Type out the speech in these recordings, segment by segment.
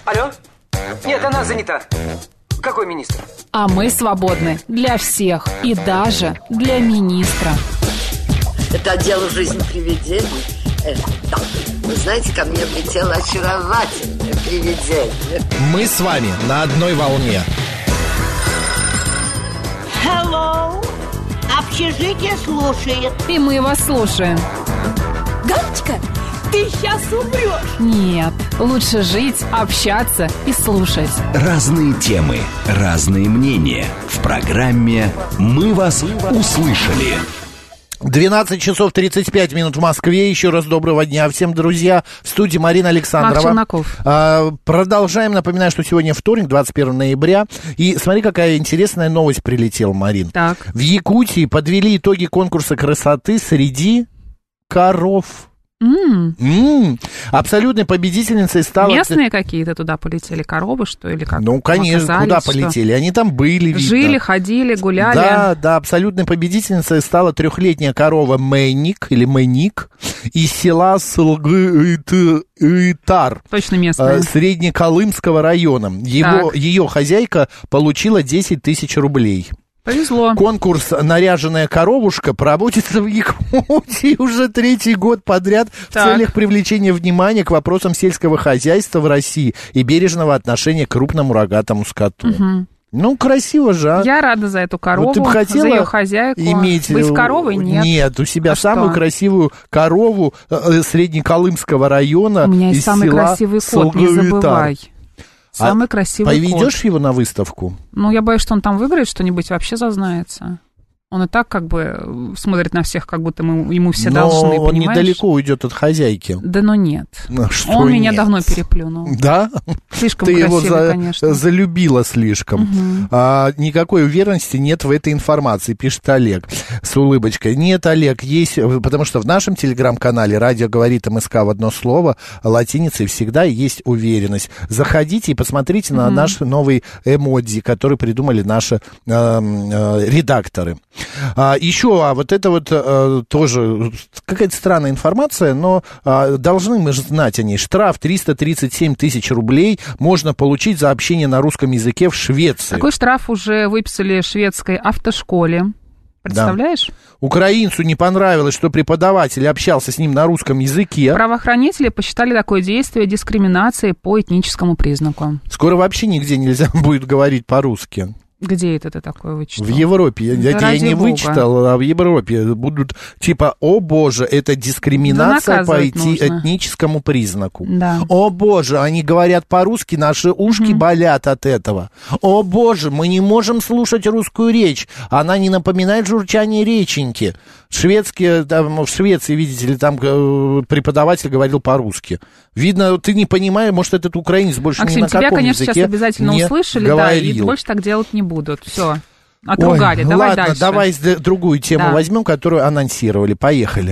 Алло? Нет, она занята. Какой министр? А мы свободны для всех и даже для министра. Это отдел «Жизнь привидений». Да. Вы знаете, ко мне влетело очаровательное привидение. Мы с вами на одной волне. Hello. Общежитие слушает. И мы вас слушаем. Галочка, ты сейчас умрешь. Нет, лучше жить, общаться и слушать. Разные темы, разные мнения. В программе «Мы вас услышали». 12 часов 35 минут в Москве. Еще раз доброго дня всем, друзья. В студии Марина Александрова. Марк Челноков. Продолжаем. Напоминаю, что сегодня вторник, 21 ноября. И смотри, какая интересная новость прилетела, Марин. Так. В Якутии подвели итоги конкурса красоты среди коров. Абсолютной победительницей стала... Местные какие-то туда полетели, коровы, что ли? Как? Ну, конечно, куда полетели? Они там были, видно. Жили, ходили, гуляли. Да, абсолютной победительницей стала трехлетняя корова Мэник из села Сылгы-Итар. Точно местная. Среднеколымского района. Ее хозяйка получила 10 тысяч рублей. Повезло. Конкурс «Наряженная коровушка» проводится в Якутии уже 3-й год подряд в целях привлечения внимания к вопросам сельского хозяйства в России и бережного отношения к крупному рогатому скоту. Угу. Ну, красиво же, а? Я рада за эту корову, вот ты бы хотела за ее хозяйку. Иметь... Быть коровой нет. Нет, у себя самую красивую корову Среднеколымского района. У меня есть самый красивый кот, не забывай. Самый красивый кот. Поведешь его на выставку? Ну, я боюсь, что он там выиграет что-нибудь, вообще зазнается. Он и так как бы смотрит на всех, как будто ему все должны, но он понимаешь? недалеко уйдет от хозяйки. Да ну нет. Что он нет? Меня давно переплюнул. Да? Слишком ты красивый, его конечно. Залюбила слишком. Угу. Никакой уверенности нет в этой информации, пишет Олег с улыбочкой. Нет, Олег, есть, потому что в нашем телеграм-канале «Радио говорит МСК» в одно слово, латиницей всегда есть уверенность. Заходите и посмотрите на наш новый эмодзи, который придумали наши редакторы. Еще, вот это вот тоже какая-то странная информация, но должны мы же знать о ней. Штраф 337 тысяч рублей можно получить за общение на русском языке в Швеции. Такой штраф уже выписали в шведской автошколе. Представляешь? Да. Украинцу не понравилось, что преподаватель общался с ним на русском языке. Правоохранители посчитали такое действие дискриминацией по этническому признаку. Скоро вообще нигде нельзя будет говорить по-русски. Где это ты такое вычитал? В Европе. Я не вычитал, а в Европе будут типа, о боже, это дискриминация по этническому признаку. Да. О боже, они говорят по-русски, наши ушки болят от этого. О боже, мы не можем слушать русскую речь, она не напоминает журчание реченьки. В Швеции, видите ли, там преподаватель говорил по-русски. Видно, ты не понимаешь, может, этот украинец больше Максим, ни на каком языке тебя, конечно, сейчас обязательно услышали, да, и больше так делать не будут. Все, отругали. Ой, давай ладно, дальше. Давай другую тему возьмем, которую анонсировали. Поехали.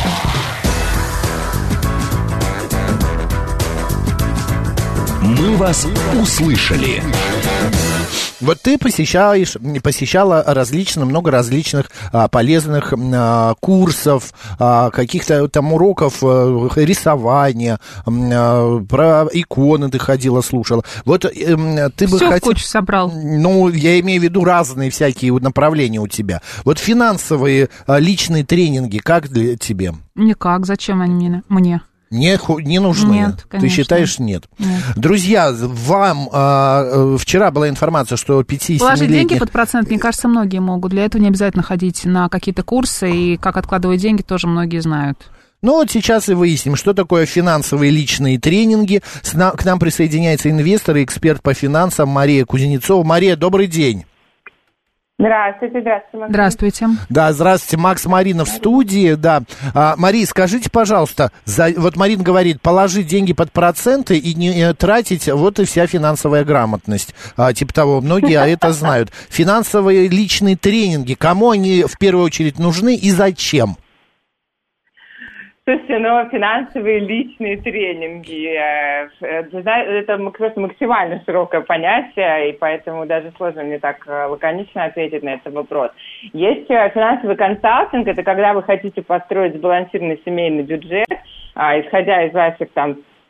Мы вас услышали. Вот ты посещала много различных полезных курсов, каких-то там уроков рисования, про иконы ты ходила, слушала. Вот ты бы хотела... Всё в кучу собрал. Ну, я имею в виду разные всякие направления у тебя. Вот финансовые личные тренинги, как для тебе? Никак. Зачем они мне? Не нужны? Нет, конечно. Ты считаешь, нет? Нет. Друзья, вам вчера была информация, что 5-7-летних... Положить деньги под процент, мне кажется, многие могут. Для этого не обязательно ходить на какие-то курсы, и как откладывать деньги тоже многие знают. Ну, вот сейчас и выясним, что такое финансовые личные тренинги. К нам присоединяется инвестор и эксперт по финансам Мария Кузнецова. Мария, добрый день. Здравствуйте, Максим. Здравствуйте. Да, здравствуйте, Макс, Марина в студии, да. Мария, скажите, пожалуйста, вот Марина говорит, положить деньги под проценты и не тратить, вот и вся финансовая грамотность. Типа того, многие это знают. Финансовые личные тренинги, кому они в первую очередь нужны и зачем? Слушайте, финансовые личные тренинги, это просто максимально широкое понятие, и поэтому даже сложно мне так лаконично ответить на этот вопрос. Есть финансовый консалтинг, это когда вы хотите построить сбалансированный семейный бюджет, исходя из ваших там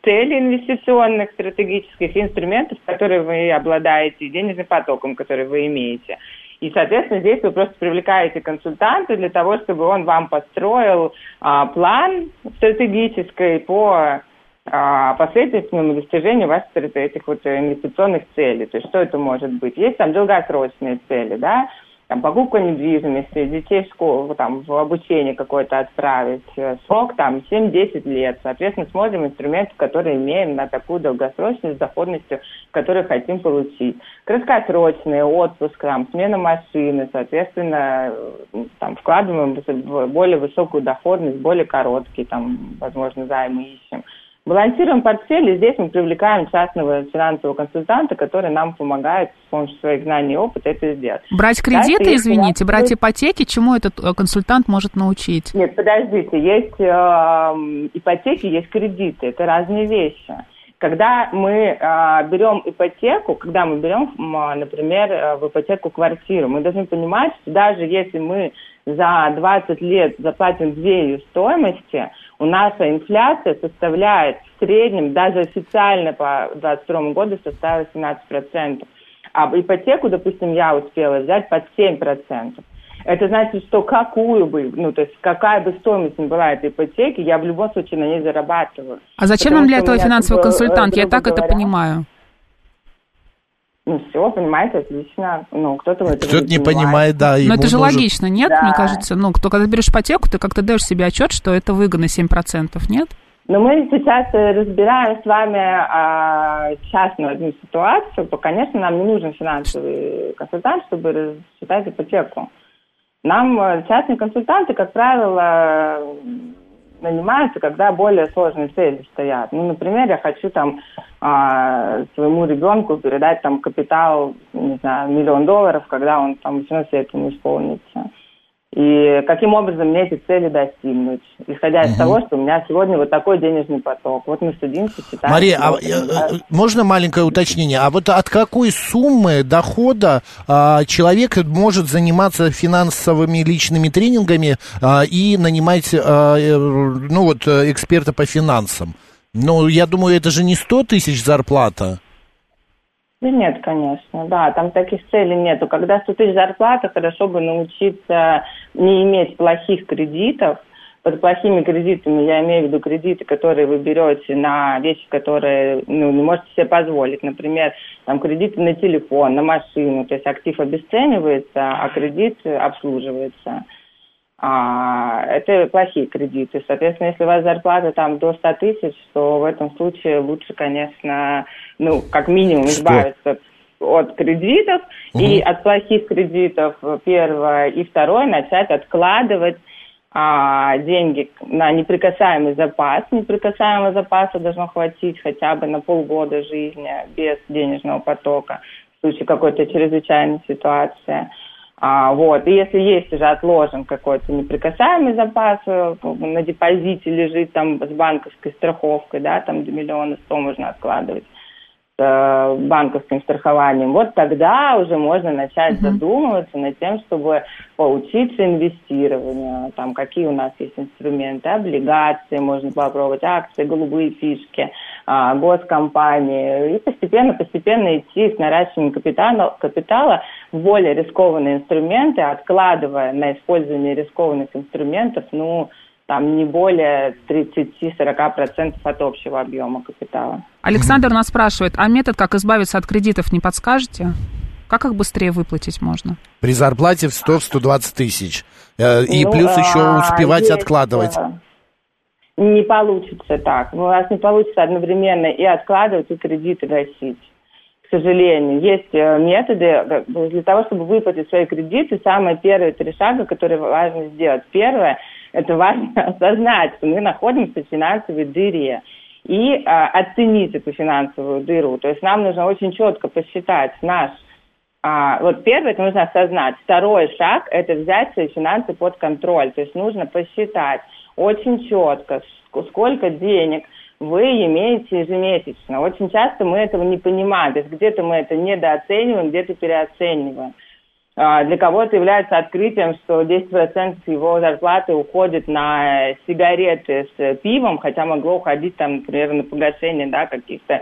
целей инвестиционных, стратегических, инструментов, которые вы обладаете, денежным потоком, который вы имеете. И, соответственно, здесь вы просто привлекаете консультанта для того, чтобы он вам построил план стратегический по последовательному достижению ваших этих вот инвестиционных целей. То есть что это может быть? Есть там долгосрочные цели, да, там покупка недвижимости, детей в школу, там в обучение какое-то отправить, срок там 7-10 лет. Соответственно, смотрим инструменты, которые имеем на такую долгосрочную, с доходностью, которую хотим получить. Краткосрочные, отпуск, там, смена машины, соответственно, там, вкладываем в более высокую доходность, более короткие, там, возможно, займы ищем. Балансируем портфель, и здесь мы привлекаем частного финансового консультанта, который нам помогает с помощью своих знаний и опыта это сделать. Брать кредиты, извините, брать ипотеки, чему этот консультант может научить? Нет, подождите, есть ипотеки, есть кредиты, это разные вещи. Когда мы берем ипотеку, например, в ипотеку квартиру, мы должны понимать, что даже если мы за 20 лет заплатим 2 ее стоимости, у нас инфляция составляет в среднем, даже официально по 2022 году составила 17%. А ипотеку, допустим, я успела взять под 7%. Это значит, что какая бы стоимость ни была этой ипотеки, я в любом случае на ней зарабатываю. А зачем нам для этого финансовый консультант? Я так это понимаю. Ну, все, понимаете, отлично. Кто-то не понимает, да. Но это же логично, нет? Да. Мне кажется, когда ты берешь ипотеку, ты как-то даешь себе отчет, что это выгодно 7%, нет? Но мы сейчас разбираем с вами частную одну ситуацию, то, конечно, нам не нужен финансовый консультант, чтобы рассчитать ипотеку. Нам частные консультанты, как правило, нанимаются, когда более сложные цели стоят. Например, я хочу своему ребенку передать капитал, не знаю, $1 миллион, когда он 18 лет не исполнится. И каким образом мне эти цели достигнуть, исходя из того, что у меня сегодня вот такой денежный поток. Вот мы садимся, читаем. Мария, можно маленькое уточнение? А вот от какой суммы дохода человек может заниматься финансовыми личными тренингами и нанимать эксперта по финансам? Я думаю, это же не 100 тысяч зарплата. Да нет, конечно, да, там таких целей нету. Когда 100 тысяч зарплата, хорошо бы научиться не иметь плохих кредитов. Под плохими кредитами я имею в виду кредиты, которые вы берете на вещи, которые не можете себе позволить. Например, кредиты на телефон, на машину. То есть актив обесценивается, а кредит обслуживается. Это плохие кредиты. Соответственно, если у вас зарплата до 100 тысяч, то в этом случае лучше, конечно, как минимум избавиться от кредитов и от плохих кредитов, первое, и второе, начать откладывать деньги на неприкасаемый запас. Неприкасаемого запаса должно хватить хотя бы на полгода жизни без денежного потока в случае какой-то чрезвычайной ситуации. И если есть уже отложен какой-то неприкасаемый запас, на депозите лежит с банковской страховкой, да, до 1 100 000 можно откладывать с банковским страхованием, вот тогда уже можно начать задумываться над тем, чтобы поучиться инвестированию, какие у нас есть инструменты, облигации, можно попробовать, акции, голубые фишки, госкомпании, и постепенно идти с наращиванием капитала в более рискованные инструменты, откладывая на использование рискованных инструментов, не более 30-40% от общего объема капитала. Александр нас спрашивает, а метод, как избавиться от кредитов, не подскажете? Как их быстрее выплатить можно? При зарплате в 100-120 тысяч. И плюс еще успевать откладывать. Не получится так. У вас не получится одновременно и откладывать, и кредиты гасить. К сожалению, есть методы для того, чтобы выплатить свои кредиты. Самые первые 3 шага, которые важно сделать. Первое, это важно осознать, что мы находимся в финансовой дыре. И оценить эту финансовую дыру. То есть нам нужно очень четко посчитать первое, это нужно осознать. Второй шаг, это взять свои финансы под контроль. То есть нужно посчитать очень четко, сколько денег вы имеете ежемесячно. Очень часто мы этого не понимаем. То есть где-то мы это недооцениваем, где-то переоцениваем. Для кого-то является открытием, что 10% его зарплаты уходит на сигареты с пивом, хотя могло уходить, там, например, на погашение, да, каких-то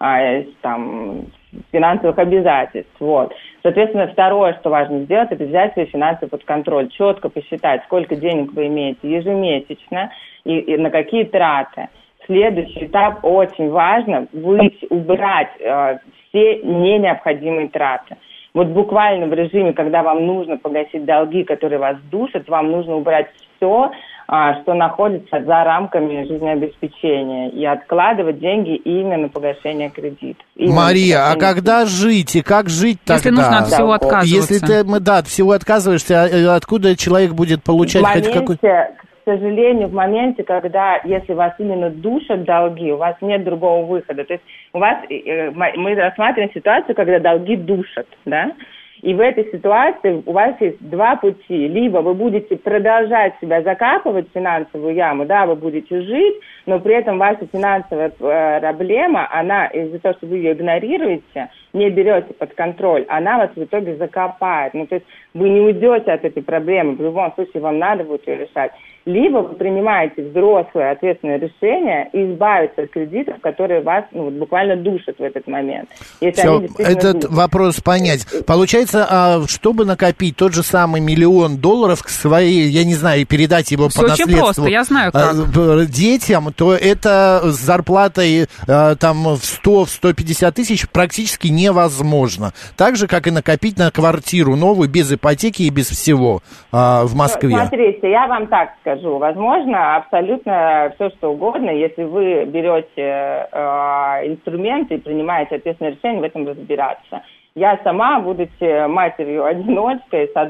там финансовых обязательств. Вот. Соответственно, второе, что важно сделать, это взять свои финансы под контроль, четко посчитать, сколько денег вы имеете ежемесячно и на какие траты. Следующий этап очень важно убрать все ненеобходимые траты. Вот буквально в режиме, когда вам нужно погасить долги, которые вас душат, вам нужно убрать все, что находится за рамками жизнеобеспечения, и откладывать деньги именно на погашение кредитов. Мария, а когда жить и как жить тогда? Если нужно от всего отказываться. Если ты от всего отказываешься, откуда человек будет получать хоть какой-то... К сожалению, в моменте, когда, если вас именно душат долги, у вас нет другого выхода. То есть у вас, мы рассматриваем ситуацию, когда долги душат, да? И в этой ситуации у вас есть два пути. Либо вы будете продолжать себя закапывать в финансовую яму, да, вы будете жить, но при этом ваша финансовая проблема, она из-за того, что вы ее игнорируете, не берете под контроль, она вас в итоге закопает. Ну, то есть вы не уйдете от этой проблемы, в любом случае вам надо будет ее решать. Либо вы принимаете взрослое ответственное решение и избавиться от кредитов, которые вас буквально душат в этот момент. Все, этот вопрос понять. Получается, чтобы накопить тот же самый $1 миллион к своей, я не знаю, и передать его все по наследству очень просто, я знаю как. Детям, то это с зарплатой там в 100-150 тысяч практически невозможно. Так же, как и накопить на квартиру новую, без ипотеки и без всего в Москве. Смотрите, я вам так скажу. Возможно, абсолютно все, что угодно, если вы берете инструменты и принимаете ответственное решение, в этом разбираться. Я сама, будучи матерью-одиночкой, с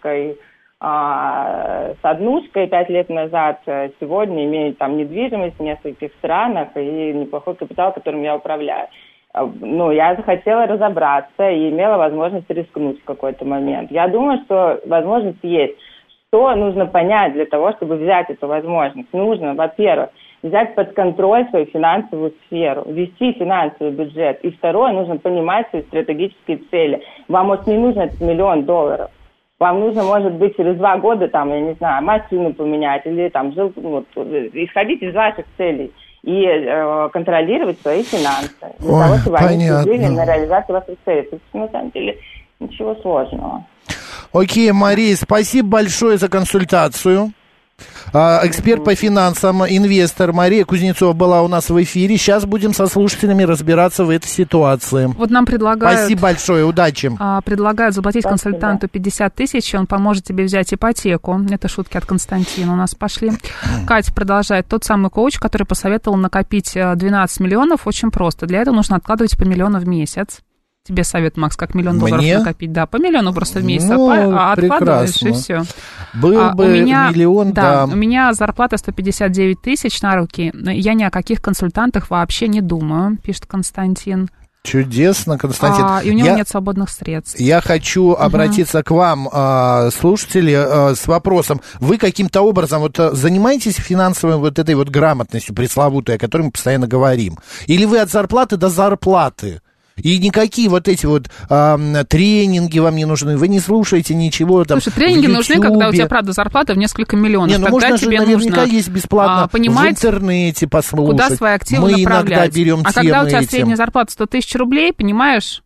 однушкой 5 лет назад, сегодня имею там недвижимость в нескольких странах и неплохой капитал, которым я управляю. Ну, я захотела разобраться и имела возможность рискнуть в какой-то момент. Я думаю, что возможность есть. Что нужно понять для того, чтобы взять эту возможность? Нужно, во-первых, взять под контроль свою финансовую сферу, вести финансовый бюджет. И второе, нужно понимать свои стратегические цели. Вам, может, не нужен этот $1 миллион. Вам нужно, может быть, через 2 года, там, я не знаю, машину поменять или там, исходить из ваших целей и контролировать свои финансы. Для того, чтобы они служили на реализацию ваших целей. Тут, на самом деле, ничего сложного. Окей, Мария, спасибо большое за консультацию. Эксперт по финансам, инвестор Мария Кузнецова была у нас в эфире. Сейчас будем со слушателями разбираться в этой ситуации. Вот нам предлагают... Спасибо большое, удачи. Предлагают заплатить консультанту 50 тысяч, он поможет тебе взять ипотеку. Это шутки от Константина у нас пошли. Катя продолжает. Тот самый коуч, который посоветовал накопить 12 миллионов, очень просто. Для этого нужно откладывать по $1 миллион в месяц. Тебе совет, Макс, как $1 миллион накопить. Да, по $1 миллиону просто в месяц. Откладываешь, и все. Был бы $1 миллион, да. У меня зарплата 159 тысяч на руки. Я ни о каких консультантах вообще не думаю, пишет Константин. Чудесно, Константин. И у него нет свободных средств. Я хочу обратиться к вам, слушатели, с вопросом. Вы каким-то образом занимаетесь финансовой этой грамотностью пресловутой, о которой мы постоянно говорим? Или вы от зарплаты до зарплаты? И никакие эти тренинги вам не нужны, вы не слушаете ничего там. Слушай, тренинги нужны, когда у тебя, правда, зарплата в несколько миллионов. Не, Тогда тебе наверняка есть бесплатно понимать, в интернете послушать. Куда свои активы мы направлять. Иногда берем темы когда у тебя средняя зарплата 100 тысяч рублей, понимаешь,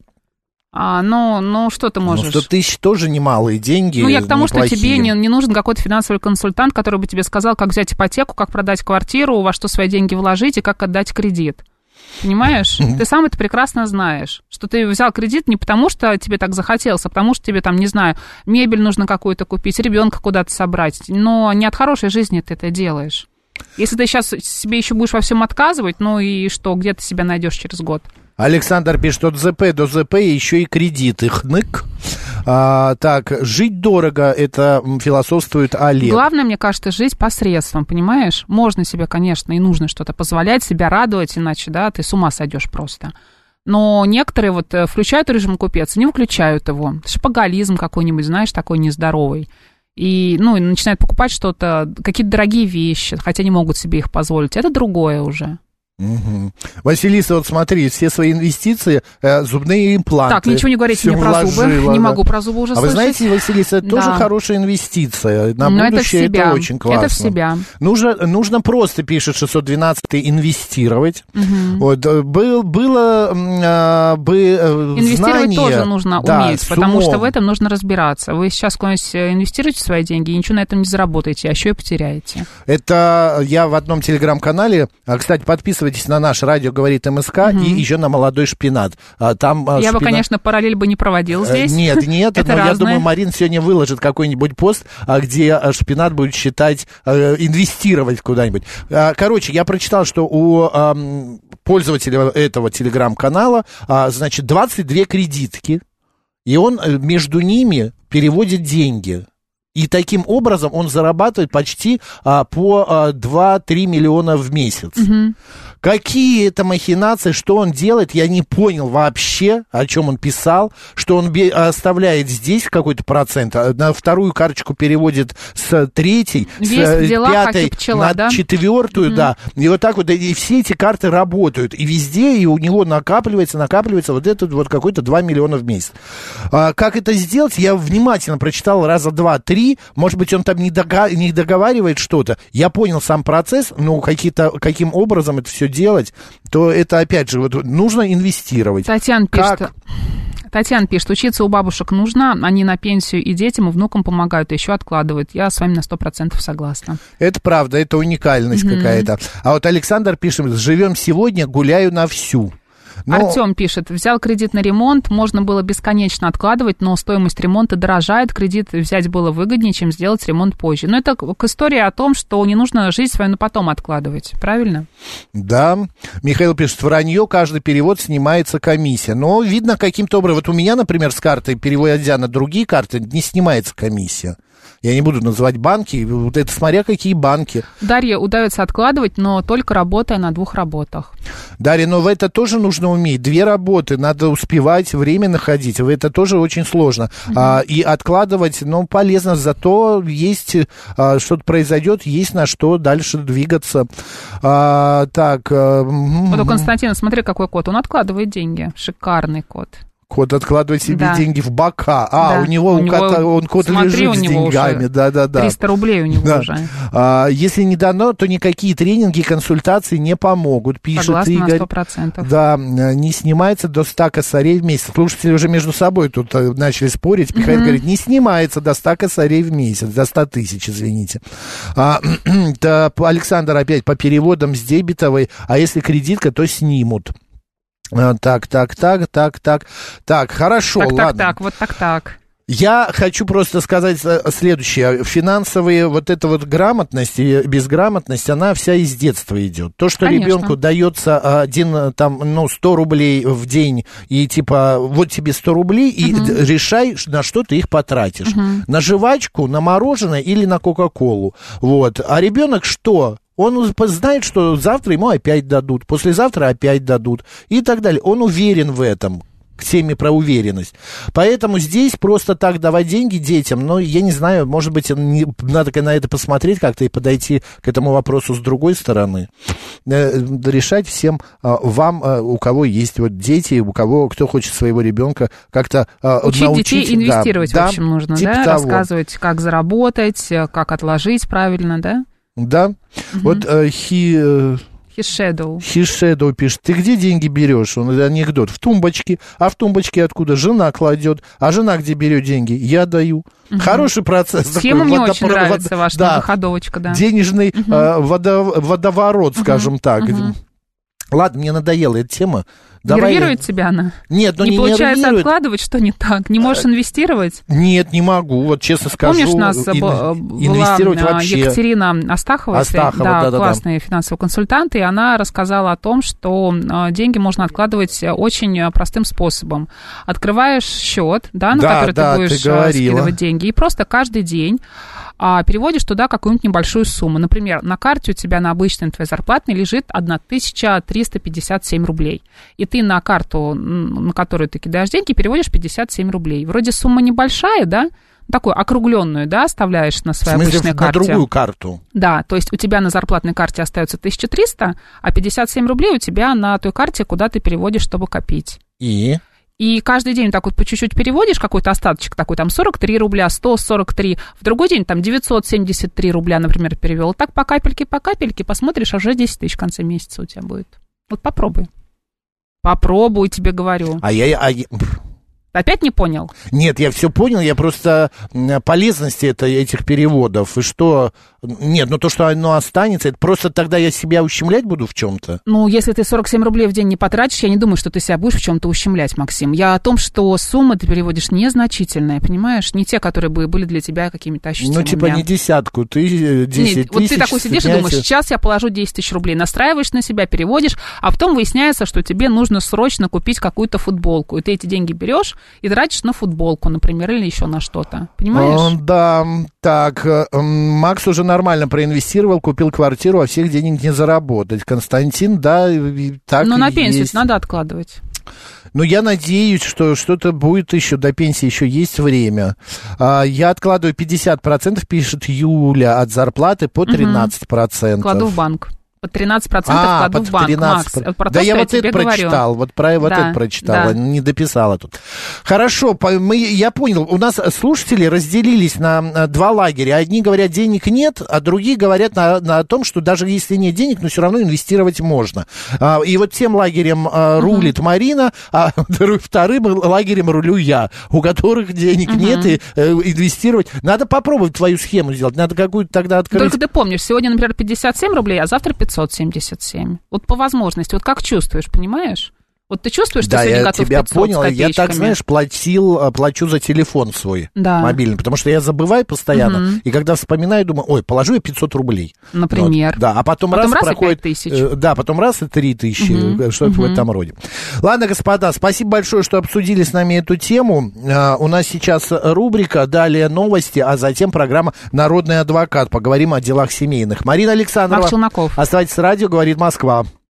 что ты можешь? 100 тысяч тоже немалые деньги. Я к тому, неплохие. что тебе не нужен какой-то финансовый консультант, который бы тебе сказал, как взять ипотеку, как продать квартиру, во что свои деньги вложить и как отдать кредит. Понимаешь? Ты сам это прекрасно знаешь, что ты взял кредит не потому, что тебе так захотелось, а потому, что тебе там, не знаю, мебель нужно какую-то купить, ребенка куда-то собрать. Но не от хорошей жизни ты это делаешь. Если ты сейчас себе еще будешь во всем отказывать, и что, где ты себя найдешь через год? Александр пишет, от ЗП до ЗП еще и кредиты. Хнык. Так, жить дорого, это философствует Олег. Главное, мне кажется, жить посредством, понимаешь? Можно себе, конечно, и нужно что-то позволять, себя радовать, иначе, да, ты с ума сойдешь просто. Но некоторые включают режим купец, не выключают его. Шопоголизм какой-нибудь, знаешь, такой нездоровый. И начинают покупать что-то, какие-то дорогие вещи, хотя не могут себе их позволить. Это другое уже. Угу. Василиса, вот смотри, все свои инвестиции, зубные импланты. Так, ничего не говорите мне про зубы. Не могу про зубы уже слышать. А вы знаете, Василиса, это тоже хорошая инвестиция. На будущее это очень классно. Это в себя. Нужно просто, пишет 612-й, инвестировать. Угу. Вот, было бы инвестировать знание, тоже нужно уметь, потому что в этом нужно разбираться. Вы сейчас куда-нибудь инвестируете свои деньги и ничего на этом не заработаете, а еще и потеряете. Это я в одном телеграм-канале, кстати, подписывайтесь на наш радио «Говорит МСК» и еще на «Молодой шпинат». Там я бы, конечно, параллель бы не проводил здесь. Нет, но я думаю, Марина сегодня выложит какой-нибудь пост, где шпинат будет считать, инвестировать куда-нибудь. Короче, я прочитал, что у пользователя этого телеграм-канала, значит, 22 кредитки, и он между ними переводит деньги. И таким образом он зарабатывает почти по 2-3 миллиона в месяц. Угу. Какие это махинации, что он делает, я не понял вообще, о чем он писал, что он оставляет здесь какой-то процент, на вторую карточку переводит с третьей, с пятой на четвертую, да. И вот так вот, и все эти карты работают, и везде, и у него накапливается вот этот вот какой-то 2 миллиона в месяц. Как это сделать, я внимательно прочитал раза 2-3, может быть, он там не договаривает что-то. Я понял сам процесс, но каким образом это все делать, то это, опять же, вот, нужно инвестировать. Татьяна пишет, учиться у бабушек нужно, они на пенсию и детям, и внукам помогают, и еще откладывают. Я с вами на 100% согласна. Это правда, это уникальность какая-то. А вот Александр пишет, живем сегодня, гуляю на всю. Артем пишет, взял кредит на ремонт, можно было бесконечно откладывать, но стоимость ремонта дорожает, кредит взять было выгоднее, чем сделать ремонт позже. Но это к истории о том, что не нужно жизнь свою на потом откладывать, правильно? Да, Михаил пишет, вранье, каждый перевод снимается комиссия. Но видно каким-то образом, вот у меня, например, с карты, переводя на другие карты, не снимается комиссия. Я не буду называть банки, вот это смотря какие банки. Дарья, удается откладывать, но только работая на 2 работах. Дарья, но в это тоже нужно уметь. 2 работы, надо успевать, время находить. Это тоже очень сложно. И откладывать, полезно, зато есть, что-то произойдет, есть на что дальше двигаться. Так. Вот у Константина, смотри, какой кот, он откладывает деньги. Шикарный кот. Кот откладывает себе деньги в бока. У него кот смотри, лежит с деньгами. Да. 300 рублей у него уже. Если не дано, то никакие тренинги, консультации не помогут, пишет Согласна, Игорь. На 100%. Да, не снимается до 100 косарей в месяц. Слушатели уже между собой тут начали спорить. Михаил говорит, не снимается до 100 косарей в месяц, до 100 тысяч, извините. Александр опять по переводам с дебетовой, а если кредитка, то снимут. Так, хорошо, ладно. Так. Я хочу просто сказать следующее. Финансовая вот эта вот грамотность и безграмотность, она вся из детства идет. То, что ребенку дается 100 рублей в день, и типа вот тебе 100 рублей, и решай, на что ты их потратишь. На жвачку, на мороженое или на Кока-Колу. Вот. А ребенок что? Он знает, что завтра ему опять дадут, послезавтра опять дадут и так далее. Он уверен в этом, к теме про уверенность. Поэтому здесь просто так давать деньги детям, я не знаю, может быть, надо на это посмотреть как-то и подойти к этому вопросу с другой стороны. Решать всем вам, у кого есть вот дети, кто хочет своего ребенка как-то научить. Учить детей инвестировать, в общем, нужно, типа да? Рассказывать, как заработать, как отложить правильно, да? Да, вот His Shadow пишет, ты где деньги берешь? Он анекдот, в тумбочке. А в тумбочке откуда? Жена кладет. А жена где берет деньги? Я даю. Хороший процесс. Схема мне очень нравится, ваша многоходовочка, да. Денежный водоворот, скажем так. Ладно, мне надоела эта тема. Нервирует тебя она? Нет, не получается откладывать, что не так? Не можешь инвестировать? Нет, не могу, вот честно скажу. Помнишь, у нас была Екатерина Астахова, классный финансовый консультант, и она рассказала о том, что деньги можно откладывать очень простым способом. Открываешь счет, на который ты будешь скидывать деньги, и просто каждый день переводишь туда какую-нибудь небольшую сумму. Например, на карте у тебя на обычной твоей зарплатной лежит 1357 рублей. И ты на карту, на которую ты кидаешь деньги, переводишь 57 рублей. Вроде сумма небольшая, да? Такую округленную, да, оставляешь на своей обычной карте. На другую карту. Да, то есть у тебя на зарплатной карте остается 1300, а 57 рублей у тебя на той карте, куда ты переводишь, чтобы копить. И каждый день так вот по чуть-чуть переводишь, какой-то остаточек такой, там 43 рубля, 143, в другой день там 973 рубля, например, перевел. Так по капельке, посмотришь, а уже 10 тысяч в конце месяца у тебя будет. Вот попробуй. Попробуй, тебе говорю. Опять не понял? Нет, я все понял, я просто полезности этих переводов, и что... Нет, то, что оно останется, это просто тогда я себя ущемлять буду в чем-то? Если ты 47 рублей в день не потратишь, я не думаю, что ты себя будешь в чем-то ущемлять, Максим. Я о том, что суммы ты переводишь незначительные, понимаешь? Не те, которые бы были для тебя какими-то ощутимыми. Не десятку, ты 10 тысяч. Вот ты такой сидишь и думаешь, сейчас я положу 10 тысяч рублей, настраиваешь на себя, переводишь, а потом выясняется, что тебе нужно срочно купить какую-то футболку, и ты эти деньги берешь и тратишь на футболку, например, или еще на что-то. Понимаешь? Да, так, Макс уже нормально проинвестировал, купил квартиру, а всех денег не заработать. Константин, да, так и на пенсию есть. Надо откладывать. Я надеюсь, что что-то будет еще, до пенсии еще есть время. Я откладываю 50%, пишет Юля, от зарплаты по 13%. Кладу в банк. По 13% кладу в банк, Макс. Да, я вот это прочитал, это прочитал, не дописала тут. Хорошо, я понял, у нас слушатели разделились на два лагеря. Одни говорят, денег нет, а другие говорят на том, что даже если нет денег, но все равно инвестировать можно. И вот тем лагерем рулит Марина, а вторым лагерем рулю я, у которых денег нет, и инвестировать. Надо попробовать твою схему сделать, надо какую-то тогда открыть. Только ты помнишь, сегодня, например, 57 рублей, а завтра 577. Вот по возможности, вот как чувствуешь, понимаешь? Вот ты чувствуешь, что сегодня готов 500 с копеечками? Да, я тебя понял. Я так, знаешь, плачу за телефон свой мобильный, потому что я забываю постоянно, и когда вспоминаю, думаю, положу я 500 рублей. Например. Вот. Да, а потом раз проходит... 5 тысяч. Да, потом раз и 3 тысячи, что-то в этом роде. Ладно, господа, спасибо большое, что обсудили с нами эту тему. У нас сейчас рубрика, далее новости, а затем программа «Народный адвокат». Поговорим о делах семейных. Марина Александрова. Марк Челноков. Оставайтесь с радио, говорит Москва.